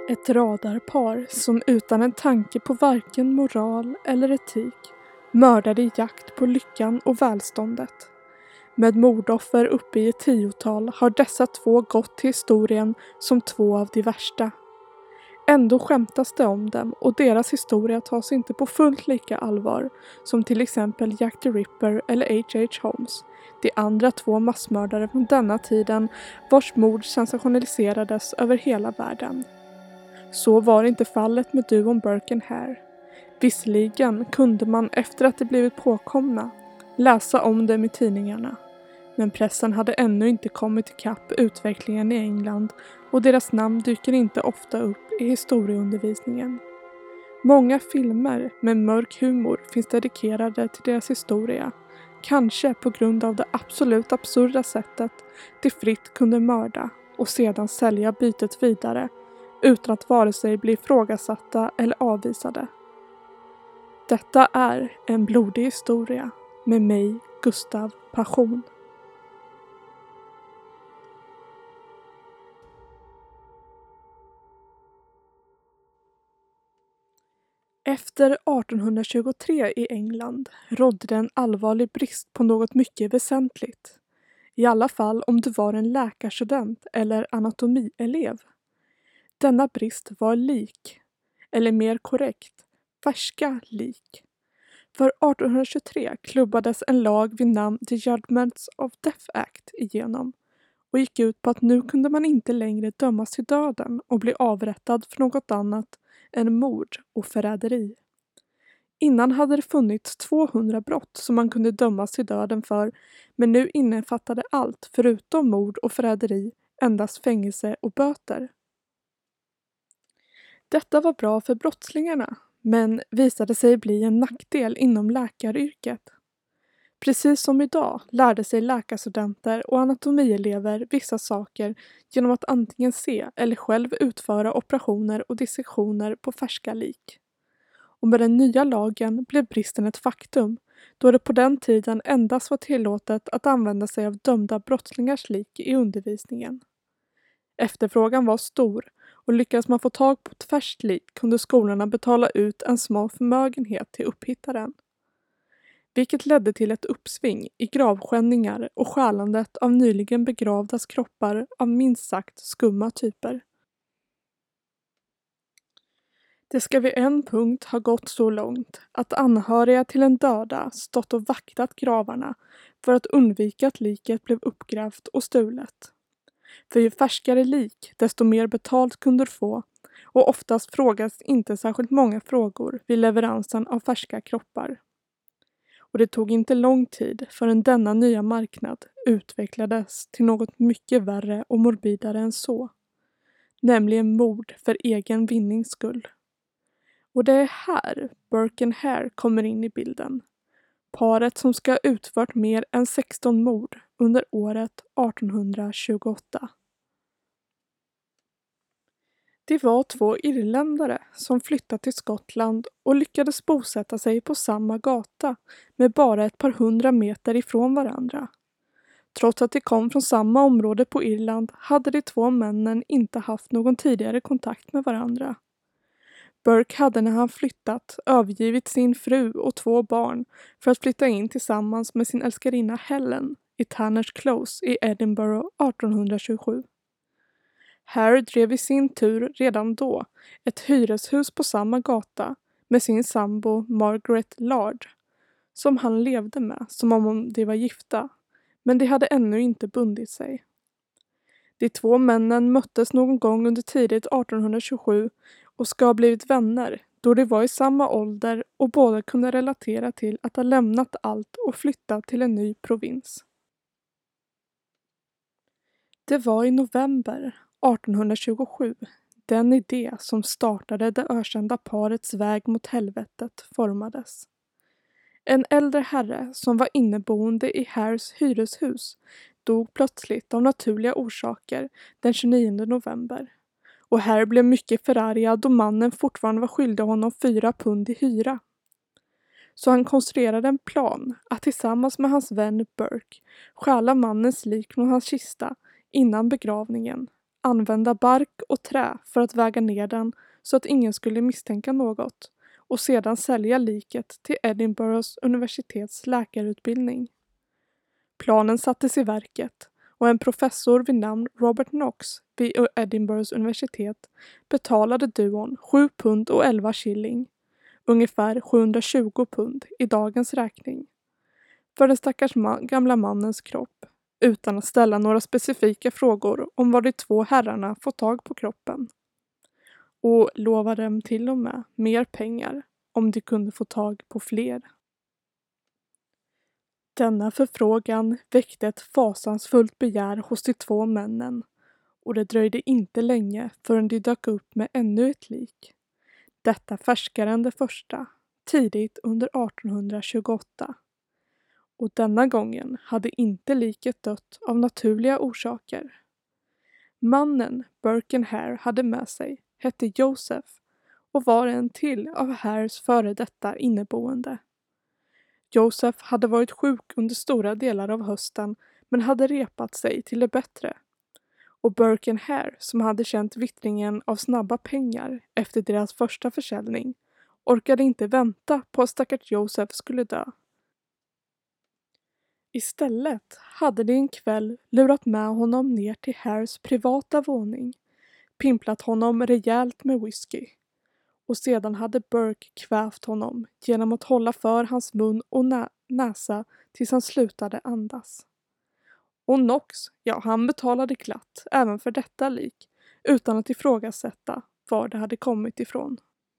Ett radarpar som utan en tanke på varken moral eller etik mördade i jakt på lyckan och välståndet. Med mordoffer uppe i 10-tal har dessa två gått till historien som två av de värsta. Ändå skämtas det om dem och deras historia tas inte på fullt lika allvar som till exempel Jack the Ripper eller H.H. Holmes, de andra två massmördare från denna tiden vars mord sensationaliserades över hela världen. Så var inte fallet med duon Burke and Hare. Visserligen kunde man efter att de blivit påkomna läsa om dem i tidningarna, men pressen hade ännu inte kommit ikapp utvecklingen i England och deras namn dyker inte ofta upp i historieundervisningen. Många filmer med mörk humor finns dedikerade till deras historia, kanske på grund av det absolut absurda sättet de fritt kunde mörda och sedan sälja bytet vidare utan att vare sig bli ifrågasatta eller avvisade. Detta är en blodig historia med mig, Gustav Passion. Efter 1823 i England rådde det en allvarlig brist på något mycket väsentligt. I alla fall om du var en läkarstudent eller anatomielev. Denna brist var lik, eller mer korrekt, färska lik. För 1823 klubbades en lag vid namn The Judgments of Death Act igenom och gick ut på att nu kunde man inte längre dömas till döden och bli avrättad för något annat än mord och förräderi. Innan hade det funnits 200 brott som man kunde dömas till döden för, men nu innefattade allt förutom mord och förräderi endast fängelse och böter. Detta var bra för brottslingarna, men visade sig bli en nackdel inom läkaryrket. Precis som idag lärde sig läkarstudenter och anatomielever vissa saker genom att antingen se eller själv utföra operationer och dissektioner på färska lik. Och med den nya lagen blev bristen ett faktum, då det på den tiden endast var tillåtet att använda sig av dömda brottslingars lik i undervisningen. Efterfrågan var stor och lyckades man få tag på ett färskt lik kunde skolorna betala ut en smal förmögenhet till upphittaren. Vilket ledde till ett uppsving i gravskändningar och stjälandet av nyligen begravdas kroppar av minst sagt skumma typer. Det ska vid en punkt ha gått så långt att anhöriga till en döda stått och vaktat gravarna för att undvika att liket blev uppgrävt och stulet. För ju färskare lik, desto mer betalt kunde du få och oftast frågas inte särskilt många frågor vid leveransen av färska kroppar. Och det tog inte lång tid förrän denna nya marknad utvecklades till något mycket värre och morbidare än så. Nämligen mord för egen vinnings skull. Och det är här Burke and Hare kommer in i bilden. Paret som ska ha utfört mer än 16 mord under året 1828. Det var två irländare som flyttat till Skottland och lyckades bosätta sig på samma gata med bara ett par 100 meter ifrån varandra. Trots att de kom från samma område på Irland hade de två männen inte haft någon tidigare kontakt med varandra. Burke hade när han flyttat övergivit sin fru och 2 barn för att flytta in tillsammans med sin älskarinna Helen i Tanners Close i Edinburgh 1827. Hare drev i sin tur redan då ett hyreshus på samma gata med sin sambo Margaret Lard, som han levde med som om de var gifta, men de hade ännu inte bundit sig. De 2 männen möttes någon gång under tidigt 1827 och ska ha blivit vänner då de var i samma ålder och båda kunde relatera till att ha lämnat allt och flyttat till en ny provins. Det var i november 1827 den idé som startade det ökända parets väg mot helvetet formades. En äldre herre som var inneboende i Hares hyreshus dog plötsligt av naturliga orsaker den 29 november. Och Hare blev mycket förargad då mannen fortfarande var skyldig honom 4 pund i hyra. Så han konstruerade en plan att tillsammans med hans vän Burke stjäla mannens lik från hans kista innan begravningen, använda bark och trä för att väga ner den så att ingen skulle misstänka något och sedan sälja liket till Edinburghs universitets läkarutbildning. Planen sattes i verket och en professor vid namn Robert Knox vid Edinburghs universitet betalade duon 7 pund och 11 shilling, ungefär 720 pund i dagens räkning, för den stackars gamla mannens kropp, utan att ställa några specifika frågor om var de två herrarna fått tag på kroppen. Och lovade dem till och med mer pengar om de kunde få tag på fler. Denna förfrågan väckte ett fasansfullt begär hos de två männen och det dröjde inte länge förrän de dök upp med ännu ett lik. Detta färskare än det första, tidigt under 1828. Och denna gången hade inte liket dött av naturliga orsaker. Mannen Burke Hare hade med sig hette Joseph och var en till av Hares före detta inneboende. Joseph hade varit sjuk under stora delar av hösten men hade repat sig till det bättre. Och Burke Hare, som hade känt vittringen av snabba pengar efter deras första försäljning, orkade inte vänta på att stackars Joseph skulle dö. Istället hade de en kväll lurat med honom ner till Hares privata våning, pimplat honom rejält med whisky. Och sedan hade Burke kvävt honom genom att hålla för hans mun och näsa tills han slutade andas. Och Knox, ja, han betalade glatt även för detta lik utan att ifrågasätta var det hade kommit ifrån.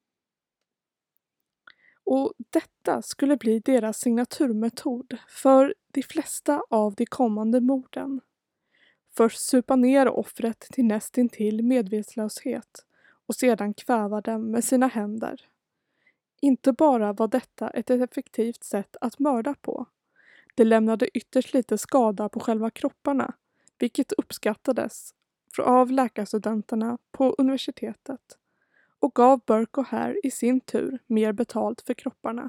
Och detta skulle bli deras signaturmetod för de flesta av de kommande morden. Först supa ner offret till nästintill medvetslöshet och sedan kväva dem med sina händer. Inte bara var detta ett effektivt sätt att mörda på. Det lämnade ytterst lite skada på själva kropparna, vilket uppskattades av läkarstudenterna på universitetet och gav Burke och Hare i sin tur mer betalt för kropparna.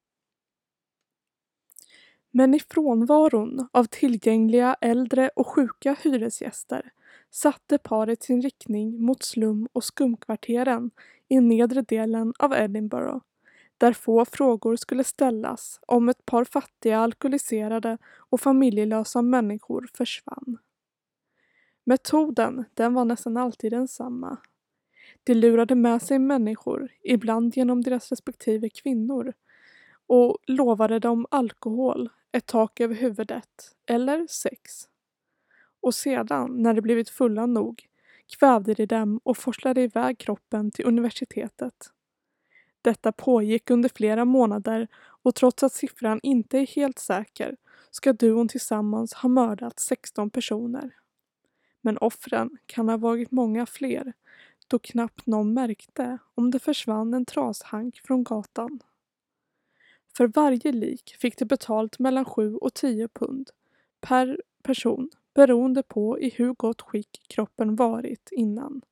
Men i frånvaron av tillgängliga äldre och sjuka hyresgäster satte paret sin riktning mot slum- och skumkvarteren i nedre delen av Edinburgh, där få frågor skulle ställas om ett par fattiga, alkoholiserade och familjelösa människor försvann. Metoden, den var nästan alltid densamma. De lurade med sig människor, ibland genom deras respektive kvinnor, och lovade dem alkohol, ett tak över huvudet eller sex. Och sedan, när de blivit fulla nog, kvävde de dem och forslade iväg kroppen till universitetet. Detta pågick under flera månader och trots att siffran inte är helt säker ska duon tillsammans ha mördat 16 personer. Men offren kan ha varit många fler, då knappt någon märkte om det försvann en trashank från gatan. För varje lik fick de betalt mellan 7 och 10 pund per person beroende på i hur gott skick kroppen varit innan.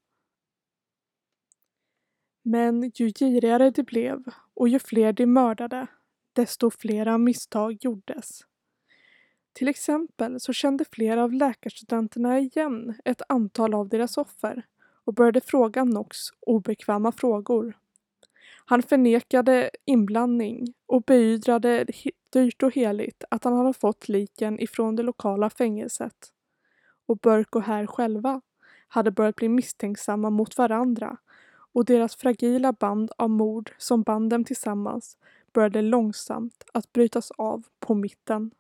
Men ju girigare de blev och ju fler de mördade, desto flera misstag gjordes. Till exempel så kände flera av läkarstudenterna igen ett antal av deras offer och började fråga Knox obekväma frågor. Han förnekade inblandning och beidrade dyrt och heligt att han hade fått liken ifrån det lokala fängelset. Och Burke och Hare själva hade börjat bli misstänksamma mot varandra och deras fragila band av mord som band dem tillsammans började långsamt att brytas av på mitten.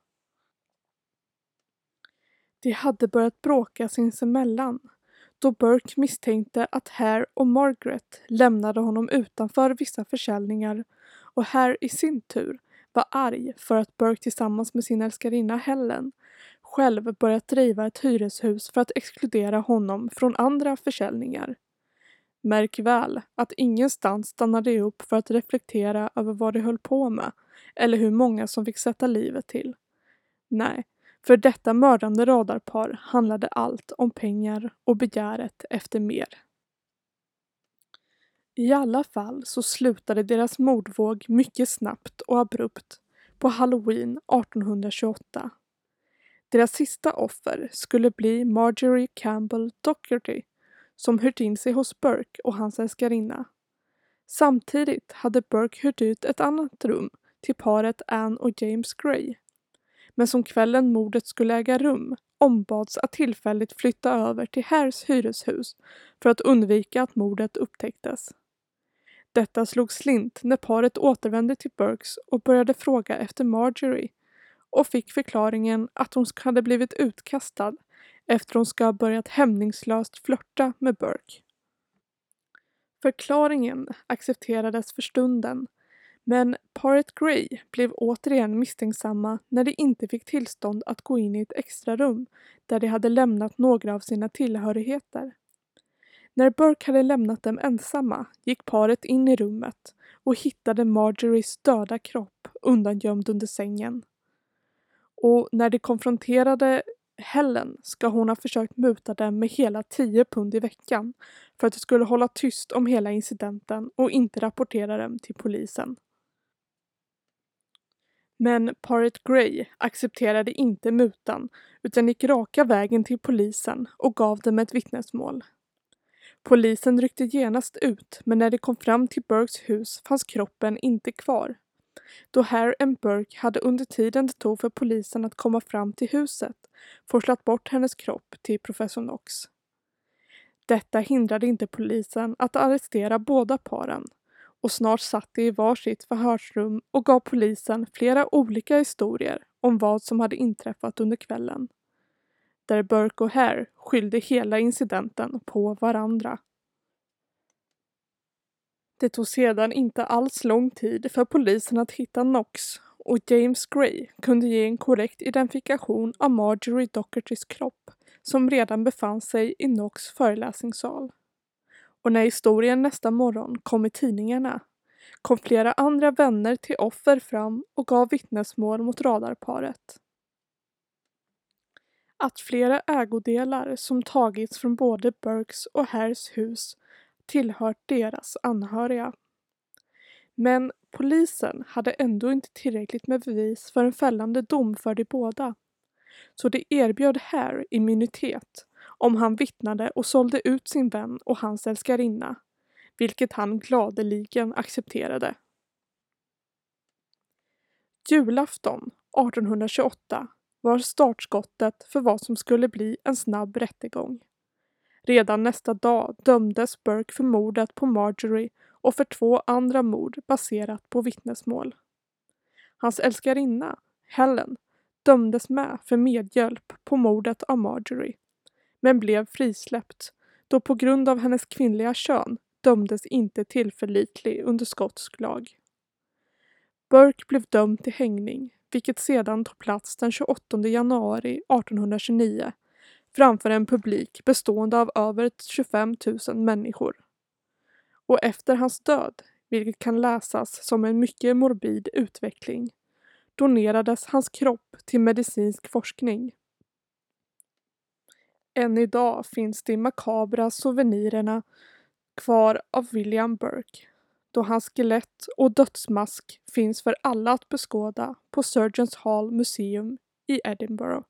De hade börjat bråka sinsemellan då Burke misstänkte att Hare och Margaret lämnade honom utanför vissa försäljningar och Hare i sin tur var arg för att Burke tillsammans med sin älskarinna Helen själv börjat driva ett hyreshus för att exkludera honom från andra försäljningar. Märk väl att ingenstans stannade de upp för att reflektera över vad de höll på med eller hur många som fick sätta livet till. Nej, för detta mördande radarpar handlade allt om pengar och begäret efter mer. I alla fall så slutade deras mordvåg mycket snabbt och abrupt på Halloween 1828. Deras sista offer skulle bli Marjorie Campbell Docherty som hyrt in sig hos Burke och hans älskarinna. Samtidigt hade Burke hyrt ut ett annat rum till paret Anne och James Gray. Men som kvällen mordet skulle äga rum ombads att tillfälligt flytta över till Hares hyreshus för att undvika att mordet upptäcktes. Detta slog slint när paret återvände till Burkes och började fråga efter Marjorie och fick förklaringen att hon hade blivit utkastad efter hon ska ha börjat hämningslöst flörta med Burke. Förklaringen accepterades för stunden, men paret Gray blev återigen misstänksamma när de inte fick tillstånd att gå in i ett extra rum där de hade lämnat några av sina tillhörigheter. När Burke hade lämnat dem ensamma gick paret in i rummet och hittade Marjories döda kropp undangömd under sängen. Och när de konfronterade Helen ska hon ha försökt muta dem med hela 10 pund i veckan för att de skulle hålla tyst om hela incidenten och inte rapportera dem till polisen. Men paret Gray accepterade inte mutan utan gick raka vägen till polisen och gav dem ett vittnesmål. Polisen ryckte genast ut, men när de kom fram till Burkes hus fanns kroppen inte kvar. Då Hare och Burke hade under tiden det tog för polisen att komma fram till huset forslat bort hennes kropp till professor Knox. Detta hindrade inte polisen att arrestera båda paren och snart satt de i varsitt förhörsrum och gav polisen flera olika historier om vad som hade inträffat under kvällen. Där Burke och Hare skyllde hela incidenten på varandra. Det tog sedan inte alls lång tid för polisen att hitta Knox och James Gray kunde ge en korrekt identifikation av Marjorie Dochertys kropp som redan befann sig i Knox föreläsningssal. Och när historien nästa morgon kom i tidningarna kom flera andra vänner till offer fram och gav vittnesmål mot radarparet. Att flera ägodelar som tagits från både Burkes och Hares hus tillhört deras anhöriga. Men polisen hade ändå inte tillräckligt med bevis för en fällande dom för de båda. Så de erbjöd Hare immunitet om han vittnade och sålde ut sin vän och hans älskarinna, vilket han gladeligen accepterade. Julafton 1828 var startskottet för vad som skulle bli en snabb rättegång. Redan nästa dag dömdes Burke för mordet på Marjorie och för 2 andra mord baserat på vittnesmål. Hans älskarinna, Helen, dömdes med för medhjälp på mordet av Marjorie, men blev frisläppt då på grund av hennes kvinnliga kön dömdes inte tillförlitlig under skotsk lag. Burke blev dömd till hängning, vilket sedan tog plats den 28 januari 1829 framför en publik bestående av över 25 000 människor. Och efter hans död, vilket kan läsas som en mycket morbid utveckling, donerades hans kropp till medicinsk forskning. Än idag finns de makabra souvenirerna kvar av William Burke, då hans skelett och dödsmask finns för alla att beskåda på Surgeons Hall Museum i Edinburgh.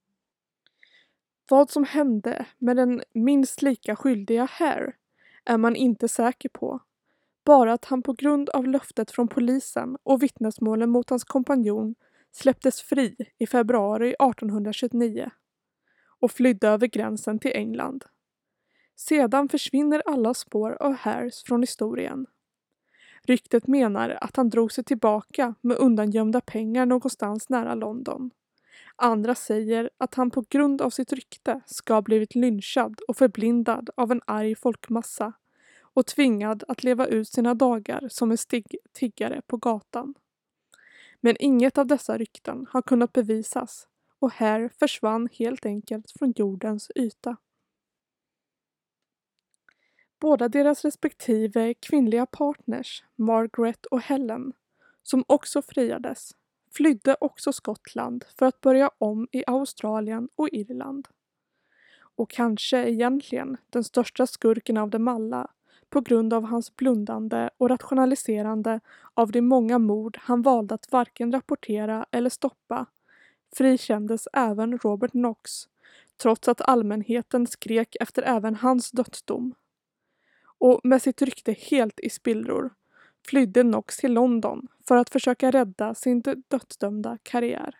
Vad som hände med den minst lika skyldiga Hare är man inte säker på, bara att han på grund av löftet från polisen och vittnesmålen mot hans kompanjon släpptes fri i februari 1829 och flydde över gränsen till England. Sedan försvinner alla spår av Hares från historien. Ryktet menar att han drog sig tillbaka med undangömda pengar någonstans nära London. Andra säger att han på grund av sitt rykte ska ha blivit lynchad och förblindad av en arg folkmassa och tvingad att leva ut sina dagar som en tiggare på gatan. Men inget av dessa rykten har kunnat bevisas och Hare försvann helt enkelt från jordens yta. Båda deras respektive kvinnliga partners, Margaret och Helen, som också friades, flydde också Skottland för att börja om i Australien och Irland. Och kanske egentligen den största skurken av dem alla, på grund av hans blundande och rationaliserande av de många mord han valde att varken rapportera eller stoppa, frikändes även Robert Knox, trots att allmänheten skrek efter även hans dödsdom. Och med sitt rykte helt i spillror flydde Knox till London för att försöka rädda sin dödsdömda karriär.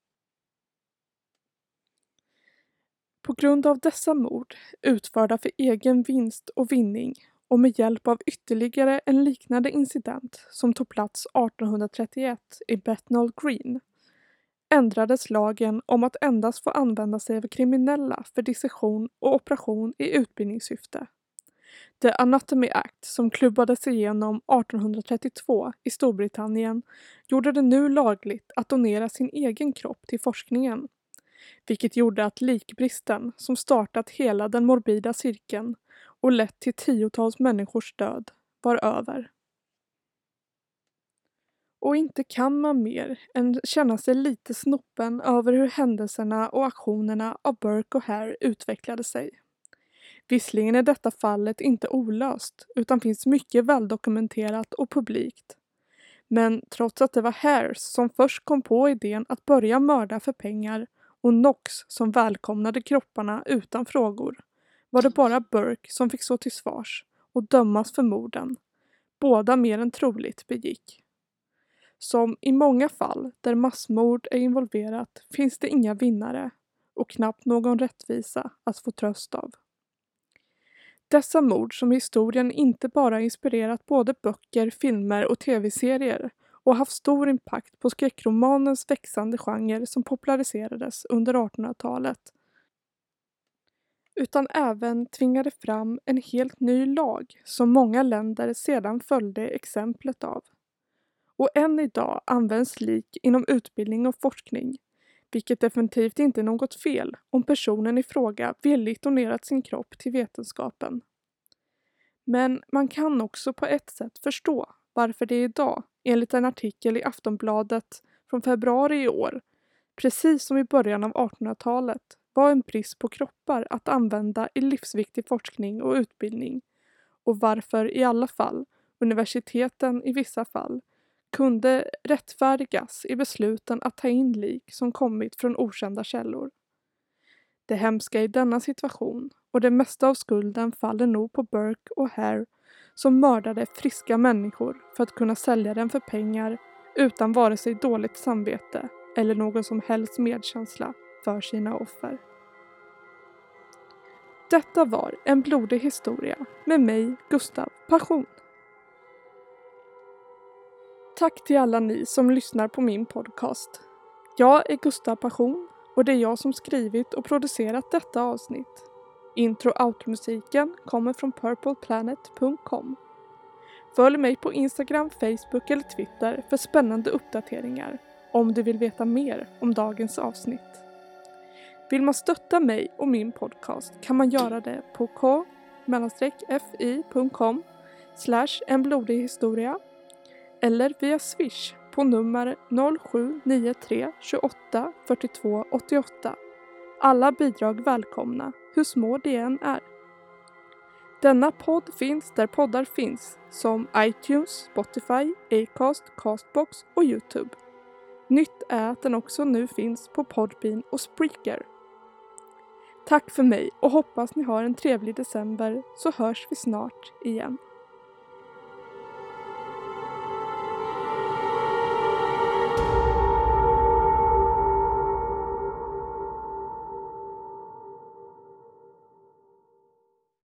På grund av dessa mord, utförda för egen vinst och vinning och med hjälp av ytterligare en liknande incident som tog plats 1831 i Bethnal Green, ändrades lagen om att endast få använda sig av kriminella för dissektion och operation i utbildningssyfte. The Anatomy Act som klubbades igenom 1832 i Storbritannien gjorde det nu lagligt att donera sin egen kropp till forskningen, vilket gjorde att likbristen som startat hela den morbida cirkeln och lett till tiotals människors död var över. Och inte kan man mer än känna sig lite snopen över hur händelserna och aktionerna av Burke och Hare utvecklade sig. Visserligen är detta fallet inte olöst utan finns mycket väldokumenterat och publikt. Men trots att det var Hares som först kom på idén att börja mörda för pengar och Knox som välkomnade kropparna utan frågor, var det bara Burke som fick stå till svars och dömas för morden. Båda mer än troligt begick. Som i många fall där massmord är involverat finns det inga vinnare och knappt någon rättvisa att få tröst av. Dessa mord som historien inte bara inspirerat både böcker, filmer och tv-serier och haft stor impact på skräckromanens växande genre som populariserades under 1800-talet. Utan även tvingade fram en helt ny lag som många länder sedan följde exemplet av. Och än idag används lik inom utbildning och forskning, vilket definitivt inte är något fel om personen i fråga villigt donerat sin kropp till vetenskapen. Men man kan också på ett sätt förstå varför det idag, enligt en artikel i Aftonbladet från februari i år, precis som i början av 1800-talet, var en brist på kroppar att använda i livsviktig forskning och utbildning och varför i alla fall universiteten i vissa fall kunde rättfärdigas i besluten att ta in lik som kommit från okända källor. Det hemska i denna situation och det mesta av skulden faller nog på Burke och Hare som mördade friska människor för att kunna sälja dem för pengar utan vare sig dåligt samvete eller någon som helst medkänsla för sina offer. Detta var En blodig historia med mig, Gustav Passion. Tack till alla ni som lyssnar på min podcast. Jag är Gustav Passion och det är jag som skrivit och producerat detta avsnitt. Intro-outro-musiken kommer från purpleplanet.com. Följ mig på Instagram, Facebook eller Twitter för spännande uppdateringar om du vill veta mer om dagens avsnitt. Vill man stötta mig och min podcast kan man göra det på k-fi.com/enblodighistoria eller via Swish på nummer 0793 28 42 88. Alla bidrag välkomna, hur små det än är. Denna podd finns där poddar finns, som iTunes, Spotify, Acast, Castbox och YouTube. Nytt är att den också nu finns på Podbean och Spreaker. Tack för mig och hoppas ni har en trevlig december så hörs vi snart igen.